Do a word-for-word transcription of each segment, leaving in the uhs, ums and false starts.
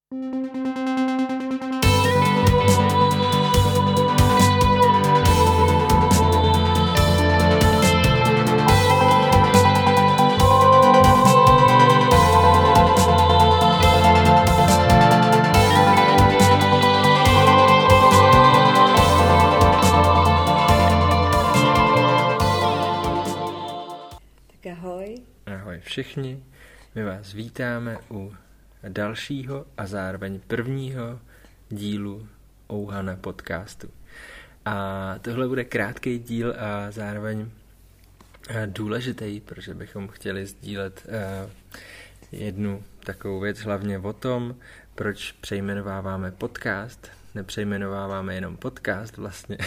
Ahoj všichni, my vás vítáme u dalšího a zároveň prvního dílu Ouhana podcastu. A tohle bude krátký díl a zároveň důležitý, protože bychom chtěli sdílet jednu takovou věc, hlavně o tom, proč přejmenováváme podcast. Nepřejmenováváme jenom podcast vlastně.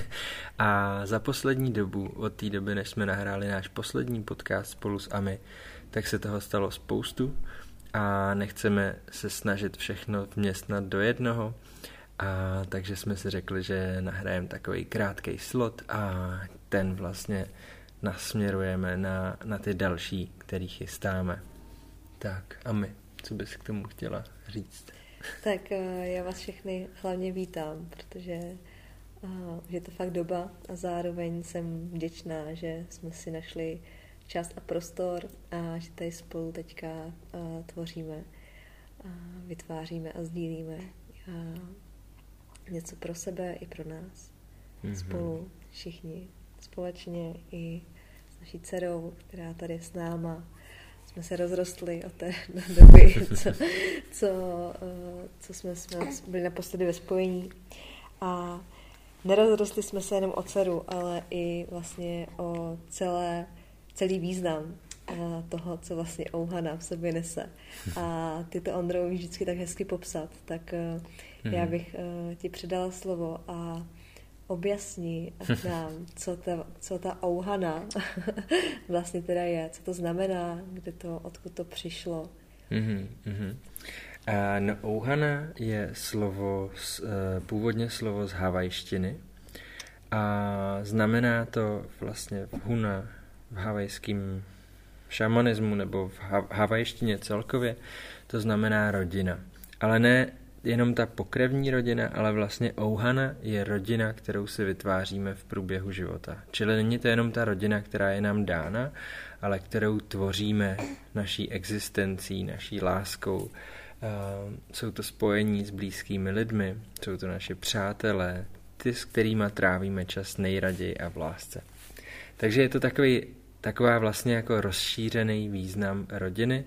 A za poslední dobu, od té doby, než jsme nahráli náš poslední podcast spolu s Ami, tak se toho stalo spoustu a nechceme se snažit všechno vměstnat do jednoho. A takže jsme si řekli, že nahrajeme takový krátký slot a ten vlastně nasměrujeme na, na ty další, který chystáme. Tak, Ami, co bys k tomu chtěla říct? Tak já vás všechny hlavně vítám, protože uh, je to fakt doba a zároveň jsem vděčná, že jsme si našli čas a prostor a že tady spolu teďka uh, tvoříme, uh, vytváříme a sdílíme uh, něco pro sebe i pro nás. Mm-hmm. Spolu všichni společně i s naší dcerou, která tady je s náma. Jsme se rozrostli od té doby, co, co, co jsme, jsme byli naposledy ve spojení. A nerozrostli jsme se jenom o dceru, ale i vlastně o celé, celý význam toho, co vlastně Ouhana v sobě nese. A ty to, Ondro, umíš vždycky tak hezky popsat, tak hmm. já bych ti předala slovo a objasni nám, co ta, co ta Ouhana vlastně teda je, co to znamená, kde to, odkud to přišlo. Mm-hmm, mm-hmm. A no, Ouhana je slovo, z, uh, původně slovo z havajštiny a znamená to vlastně v huna, v havajském šamanismu nebo v ha- havajštině celkově, to znamená rodina. Ale ne jenom ta pokrevní rodina, ale vlastně Ouhana je rodina, kterou si vytváříme v průběhu života. Čili není to jenom ta rodina, která je nám dána, ale kterou tvoříme naší existencí, naší láskou. Uh, jsou to spojení s blízkými lidmi, jsou to naše přátelé, ty, s kterýma trávíme čas nejraději a v lásce. Takže je to takový, taková vlastně jako rozšířený význam rodiny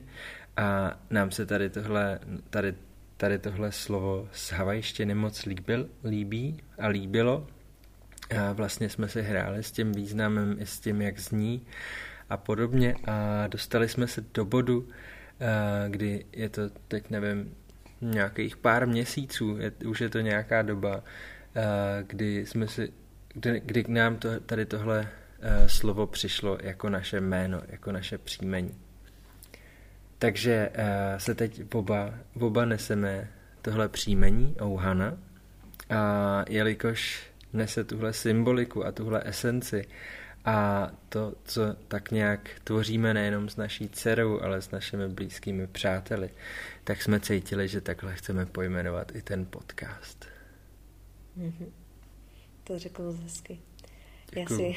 a nám se tady tohle, tady Tady tohle slovo z havajštiny moc líbil, líbí a líbilo. A vlastně jsme si hráli s tím významem i s tím, jak zní a podobně. A dostali jsme se do bodu, kdy je to teď, nevím, nějakých pár měsíců, je, už je to nějaká doba, kdy jsme si, kdy, kdy k nám to, tady tohle slovo přišlo jako naše jméno, jako naše příjmení. Takže uh, se teď oba, oba neseme tohle příjmení Ouhana a jelikož nese tuhle symboliku a tuhle esenci a to, co tak nějak tvoříme nejenom s naší dcerou, ale s našimi blízkými přáteli, tak jsme cítili, že takhle chceme pojmenovat i ten podcast. Mm-hmm. To řekl moc hezky. Já si,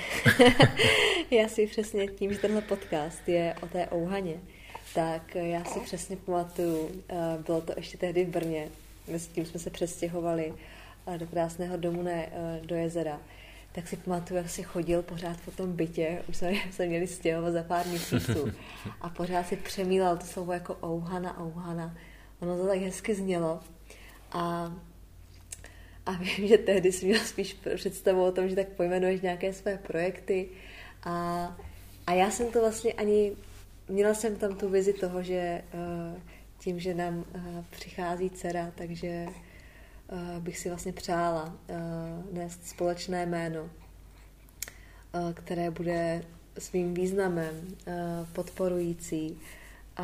já si přesně tím, že tenhle podcast je o té Ouhaně, tak já si přesně pamatuju, bylo to ještě tehdy v Brně, s tím jsme se přestěhovali do krásného domu, ne, do jezera, tak si pamatuju, jak si chodil pořád po tom bytě, už jsme se měli stěhovat za pár měsíců a pořád si přemýlel to slovo jako Ouhana, Ouhana. Ono to tak hezky znělo a, a vím, že tehdy jsi měl spíš představu o tom, že tak pojmenuješ nějaké své projekty a, a já jsem to vlastně ani Měla jsem tam tu vizi toho, že uh, tím, že nám uh, přichází dcera, takže uh, bych si vlastně přála uh, nést společné jméno, uh, které bude svým významem uh, podporující a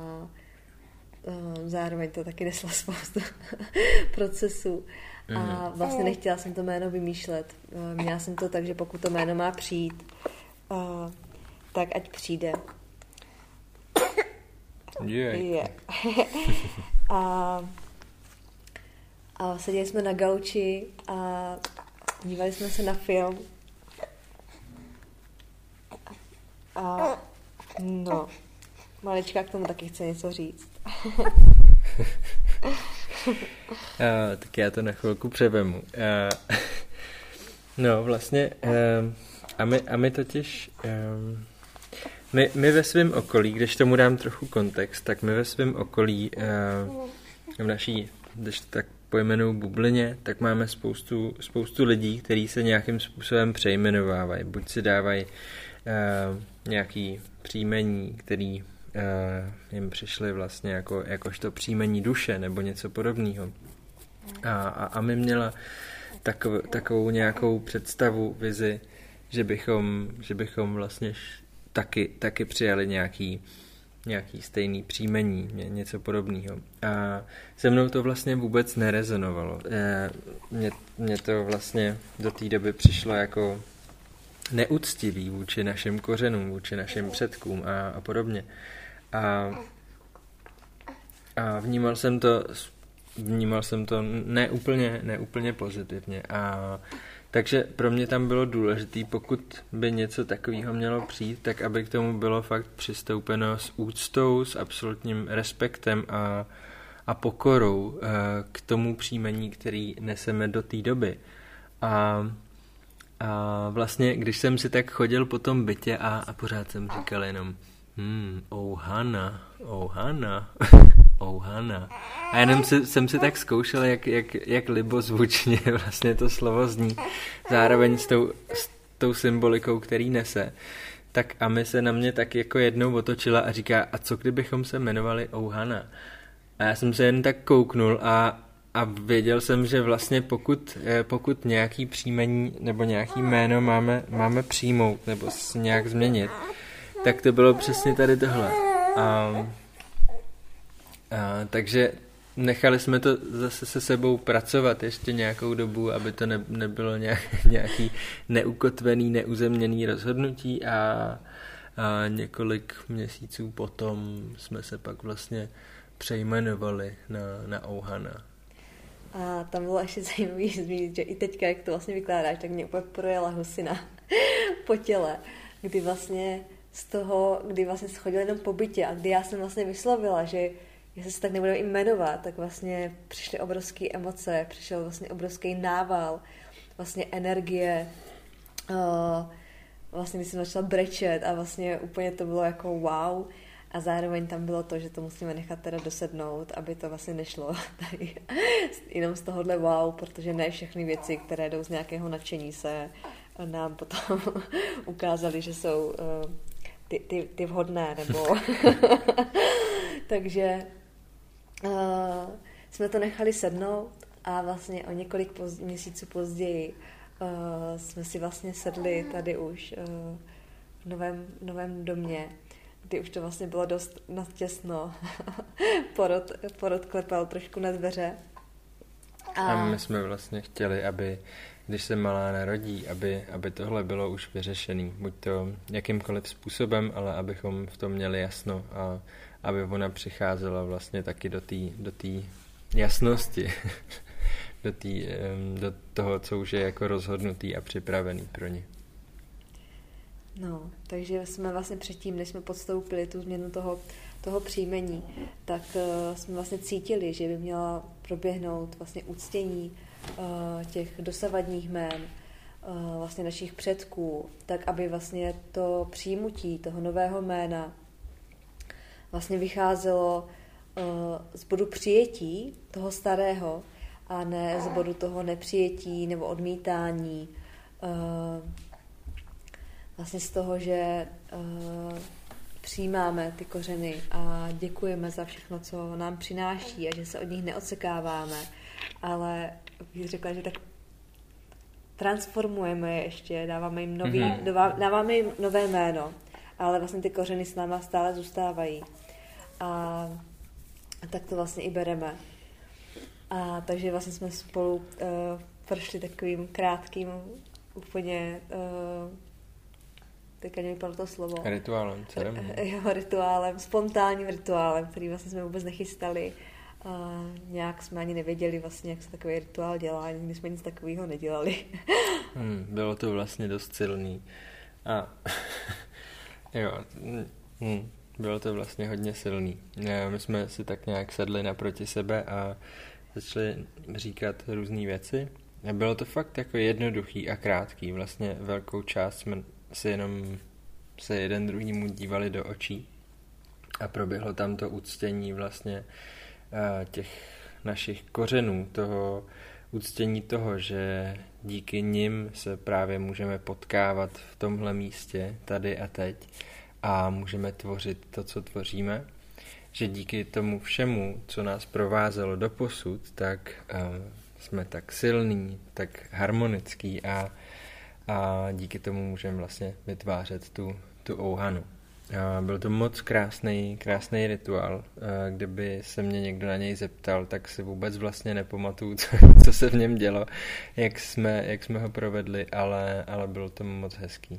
uh, zároveň to taky nesla spoustu procesů. A vlastně nechtěla jsem to jméno vymýšlet. Uh, měla jsem to tak, že pokud to jméno má přijít, uh, tak ať přijde. Yeah. Yeah. a a seděli jsme na gauči a dívali jsme se na film. A no, malička k tomu taky chce něco říct. A, tak já to na chvilku převemu. A, no vlastně a, a, my, a my totiž a, my, my ve svém okolí, když tomu dám trochu kontext, tak my ve svém okolí a, v naší, když to tak pojmenou bublině, tak máme spoustu, spoustu lidí, kteří se nějakým způsobem přejmenovávají. Buď si dávají uh, nějaký příjmení, který uh, jim přišly vlastně jako, jakožto příjmení duše nebo něco podobného. A, a, a my měla takov, takovou nějakou představu, vizi, že bychom, že bychom vlastně taky, taky přijali nějaký nějaký stejný příjmení, ně, něco podobného. A se mnou to vlastně vůbec nerezonovalo. E, mně, mně to vlastně do té doby přišlo jako neúctivý vůči našim kořenům, vůči našim předkům a, a podobně. A, a vnímal jsem to vnímal jsem to neúplně, neúplně pozitivně. A takže pro mě tam bylo důležité, pokud by něco takového mělo přijít, tak aby k tomu bylo fakt přistoupeno s úctou, s absolutním respektem a, a pokorou k tomu příjmení, který neseme do té doby. A, a vlastně, když jsem si tak chodil po tom bytě a, a pořád jsem říkal jenom hmm, oh Hana, oh Hana, oh Hana. A jenom si, jsem si tak zkoušel, jak, jak, jak libozvučně vlastně to slovo zní, zároveň s tou, s tou symbolikou, který nese. Tak a my se na mě tak jako jednou otočila a říká, a co kdybychom se jmenovali oh Hana? A já jsem se jen tak kouknul a, a věděl jsem, že vlastně pokud, pokud nějaký příjmení nebo nějaký jméno máme, máme přijmout nebo nějak změnit, tak to bylo přesně tady tohle. A, a, takže nechali jsme to zase se sebou pracovat ještě nějakou dobu, aby to ne, nebylo nějak, nějaký neukotvený, neuzemněný rozhodnutí a, a několik měsíců potom jsme se pak vlastně přejmenovali na, na oh Hana. A tam bylo ještě zajímavý zmínit, že i teďka, jak to vlastně vykládáš, tak mě úplně projela husina po těle, kdy vlastně z toho, kdy vlastně schodil jenom po bytě a kdy já jsem vlastně vyslovila, že jestli se tak nebudeme jmenovat, tak vlastně přišly obrovské emoce, přišel vlastně obrovský nával, vlastně energie, uh, vlastně když jsem začala brečet a vlastně úplně to bylo jako wow a zároveň tam bylo to, že to musíme nechat teda dosednout, aby to vlastně nešlo tady jenom z tohohle wow, protože ne všechny věci, které jdou z nějakého nadšení, se nám potom ukázaly, že jsou uh, ty, ty, ty vhodné, nebo takže uh, jsme to nechali sednout a vlastně o několik poz, měsíců později uh, jsme si vlastně sedli tady už uh, v novém, novém domě, kdy už to vlastně bylo dost natěsno. porod, porod klepal trošku na dveře. A... a my jsme vlastně chtěli, aby když se malá narodí, aby, aby tohle bylo už vyřešený. Buď to jakýmkoliv způsobem, ale abychom v tom měli jasno a aby ona přicházela vlastně taky do té do té jasnosti, do, tý, do toho, co už je jako rozhodnutý a připravený pro ně. No, takže jsme vlastně předtím, než jsme podstoupili tu změnu toho, toho příjmení, tak uh, jsme vlastně cítili, že by měla proběhnout vlastně uctění uh, těch dosavadních jmén, uh, vlastně našich předků, tak aby vlastně to přijmutí toho nového jména vlastně vycházelo uh, z bodu přijetí toho starého a ne z bodu toho nepřijetí nebo odmítání, uh, vlastně z toho, že uh, přijímáme ty kořeny a děkujeme za všechno, co nám přináší a že se od nich neodsekáváme, ale bych řekla, že tak transformujeme je ještě, dáváme jim, nový, mm-hmm. dáváme jim nové jméno, ale vlastně ty kořeny s náma stále zůstávají. A, a tak to vlastně i bereme. A takže vlastně jsme spolu uh, prošli takovým krátkým úplně uh, teďka mě vypadlo to slovo. Rituálem, ceremonií. Jo, rituálem, spontánním rituálem, který vlastně jsme vůbec nechystali. a nějak jsme ani nevěděli vlastně, jak se takový rituál dělá, my jsme nic takového nedělali. Hmm, bylo to vlastně dost silný. A jo, hmm, bylo to vlastně hodně silný. My jsme si tak nějak sedli naproti sebe a začali říkat různé věci. A bylo to fakt jako jednoduchý a krátký. Vlastně velkou část jsme si jenom se jeden druhýmu dívali do očí a proběhlo tam to uctění vlastně těch našich kořenů, toho uctění toho, že díky nim se právě můžeme potkávat v tomhle místě, tady a teď a můžeme tvořit to, co tvoříme, že díky tomu všemu, co nás provázelo doposud, tak uh, jsme tak silní, tak harmonický a, a díky tomu můžeme vlastně vytvářet tu, tu ouhanu. Byl to moc krásný, krásný rituál. Kdyby se mě někdo na něj zeptal, tak si vůbec vlastně nepamatuju, co, co se v něm dělo, jak jsme, jak jsme ho provedli, ale, ale bylo to moc hezký.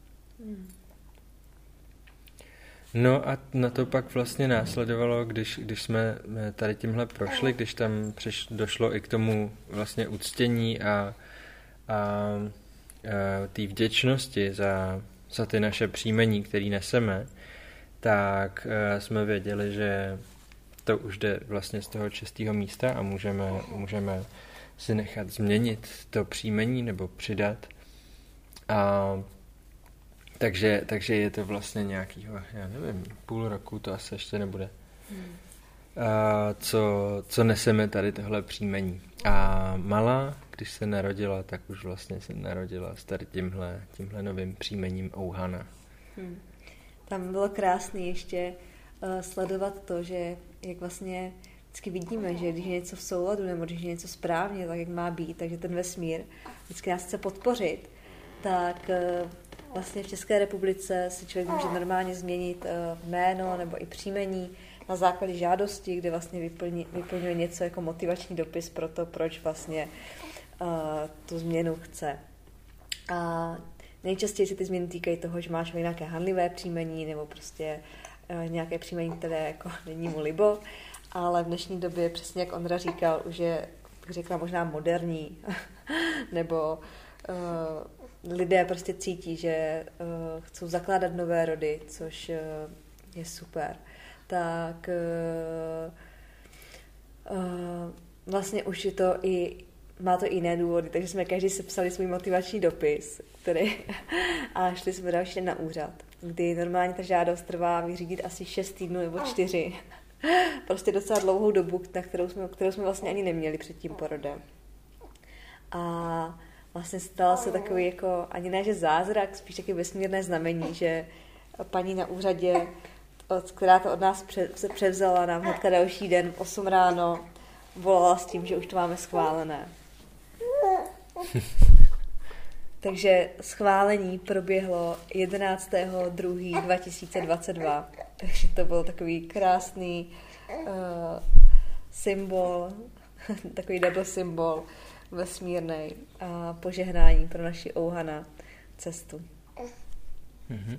No a na to pak vlastně následovalo, když, když jsme tady tímhle prošli, když tam přiš, došlo i k tomu vlastně uctění a, a, a té vděčnosti za za ty naše příjmení, které neseme, tak uh, jsme věděli, že to už jde vlastně z toho čistého místa a můžeme, můžeme si nechat změnit to příjmení nebo přidat. A, takže, takže je to vlastně nějakýho, já nevím, půl roku, to asi ještě nebude, hmm. a, co, co neseme tady tohle příjmení. A malá, když se narodila, tak už vlastně se narodila s tady tímhle, tímhle novým příjmením Ouhana. Hmm. Tam bylo krásné ještě uh, sledovat to, že jak vlastně vždycky vidíme, že když je něco v souladu nebo když je něco správně, tak jak má být, takže ten vesmír vždycky nás chce podpořit, tak uh, vlastně v České republice si člověk může normálně změnit uh, jméno nebo i příjmení na základě žádosti, kde vlastně vyplní, vyplňuje něco jako motivační dopis pro to, proč vlastně uh, tu změnu chce. A nejčastěji se ty změny týkají toho, že máš nějaké hanlivé příjmení nebo prostě uh, nějaké příjmení, které jako není mu libo, ale v dnešní době, přesně jak Ondra říkal, už je, bych řekla, možná moderní, nebo uh, lidé prostě cítí, že uh, chcou zakládat nové rody, což uh, je super. Tak uh, uh, vlastně už je to i, má to i jiné důvody, takže jsme každý sepsali svůj motivační dopis, který, a šli jsme další na úřad, kdy normálně ta žádost trvá vyřídit asi šest týdnů nebo čtyři. Prostě docela dlouhou dobu, na kterou jsme, kterou jsme vlastně ani neměli před tím porodem. A vlastně stalo se takový jako, ani ne, že zázrak, spíš taky vesmírné znamení, že paní na úřadě, která to od nás se převzala, nám hnedka další den v osm ráno volala s tím, že už to máme schválené. Takže schválení proběhlo jedenáctého druhého dva tisíce dvacet dva. Takže to byl takový krásný uh, symbol, takový double symbol vesmírnej a požehnání pro naši Ouhana cestu. Mm-hmm.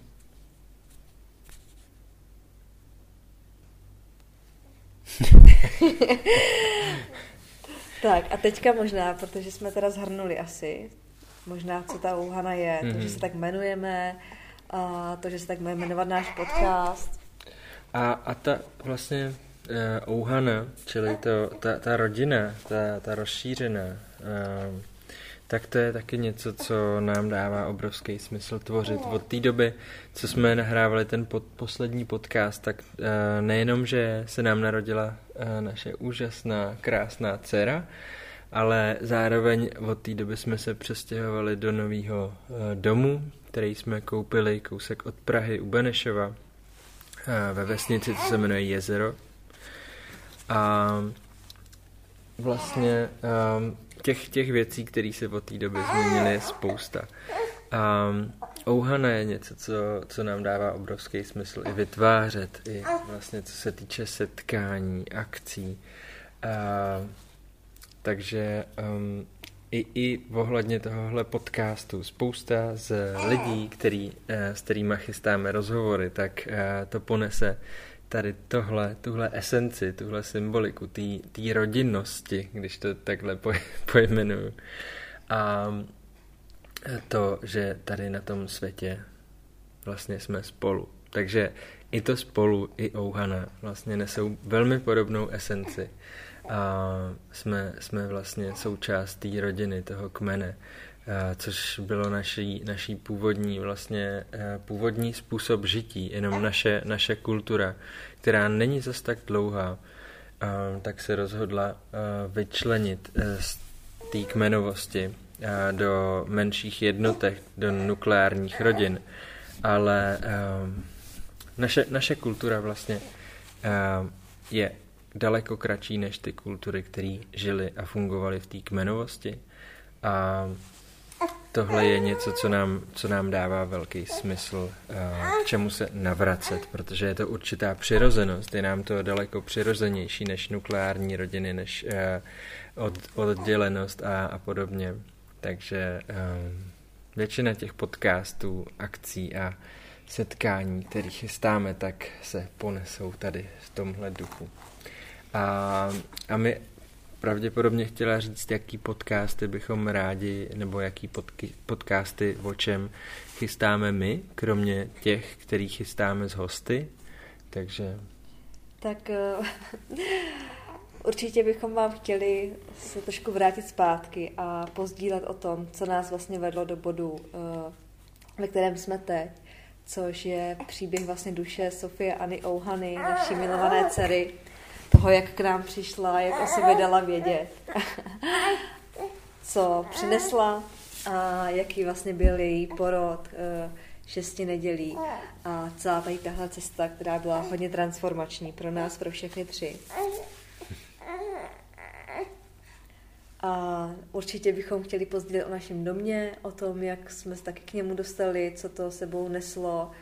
Tak a teďka možná, protože jsme teda zhrnuli asi, možná co ta Ouhana je, mm-hmm. to, že se tak jmenujeme, a to, že se tak bude jmenovat náš podcast. A, a ta vlastně uh, Ouhana, čili to, ta, ta rodina, ta, ta rozšířená, uh, tak to je taky něco, co nám dává obrovský smysl tvořit. Od té doby, co jsme nahrávali ten pod, poslední podcast, tak uh, nejenom, že se nám narodila uh, naše úžasná, krásná dcera, ale zároveň od té doby jsme se přestěhovali do nového uh, domu, který jsme koupili kousek od Prahy u Benešova uh, ve vesnici, co se jmenuje Jezero. A vlastně um, těch, těch věcí, které se od té doby změnily, je spousta. Um, Ouhana je něco, co, co nám dává obrovský smysl i vytvářet, i vlastně co se týče setkání, akcí. Uh, takže um, i, i ohledně tohohle podcastu spousta z lidí, který, uh, s kterýma chystáme rozhovory, tak uh, to ponese tady tohle, tuhle esenci, tuhle symboliku, té rodinnosti, když to takhle poj, pojmenuju. A to, že tady na tom světě vlastně jsme spolu. Takže i to spolu, i Ouhana vlastně nesou velmi podobnou esenci. A jsme, jsme vlastně součást té rodiny, toho kmene, a což bylo naší, naší původní vlastně původní způsob žití, jenom naše, naše kultura, která není zas tak dlouhá, a, tak se rozhodla a, vyčlenit a, z té kmenovosti a, do menších jednotek, do nukleárních rodin, ale a, naše, naše kultura vlastně a, je daleko kratší než ty kultury, které žily a fungovaly v té kmenovosti. A tohle je něco, co nám, co nám dává velký smysl, k čemu se navracet, protože je to určitá přirozenost. Je nám to daleko přirozenější než nukleární rodiny, než od, oddělenost a, a podobně. Takže většina těch podcastů, akcí a setkání, které chystáme, tak se ponesou tady v tomhle duchu. A, a my pravděpodobně chtěla říct, jaký podcasty bychom rádi, nebo jaký podky, podcasty o čem chystáme my, kromě těch, který chystáme s hosty. Takže... Tak uh, určitě bychom vám chtěli se trošku vrátit zpátky a pozdílet o tom, co nás vlastně vedlo do bodu, uh, ve kterém jsme teď, což je příběh vlastně duše Sofie Anny Ouhany, naší milované dcery, toho, jak k nám přišla, jak o sobě dala vědět, co přinesla a jaký vlastně byl její porod, šesti nedělí a celá tady tahle cesta, která byla hodně transformační pro nás, pro všechny tři. A určitě bychom chtěli pozdílet o našem domě, o tom, jak jsme se taky k němu dostali, co to sebou neslo,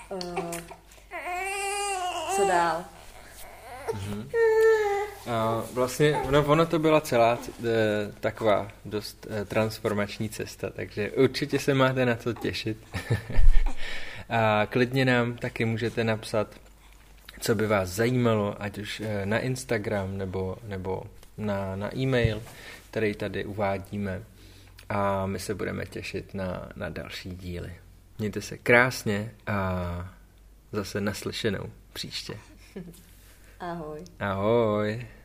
co dál. Mm-hmm. A vlastně no, ono to byla celá e, taková dost e, transformační cesta, takže určitě se máte na to těšit. A klidně nám taky můžete napsat, co by vás zajímalo, ať už e, na Instagram nebo, nebo na, na e-mail, který tady uvádíme, a my se budeme těšit na, na další díly. Mějte se krásně a zase naslyšenou příště. Ahoj. Ahoj.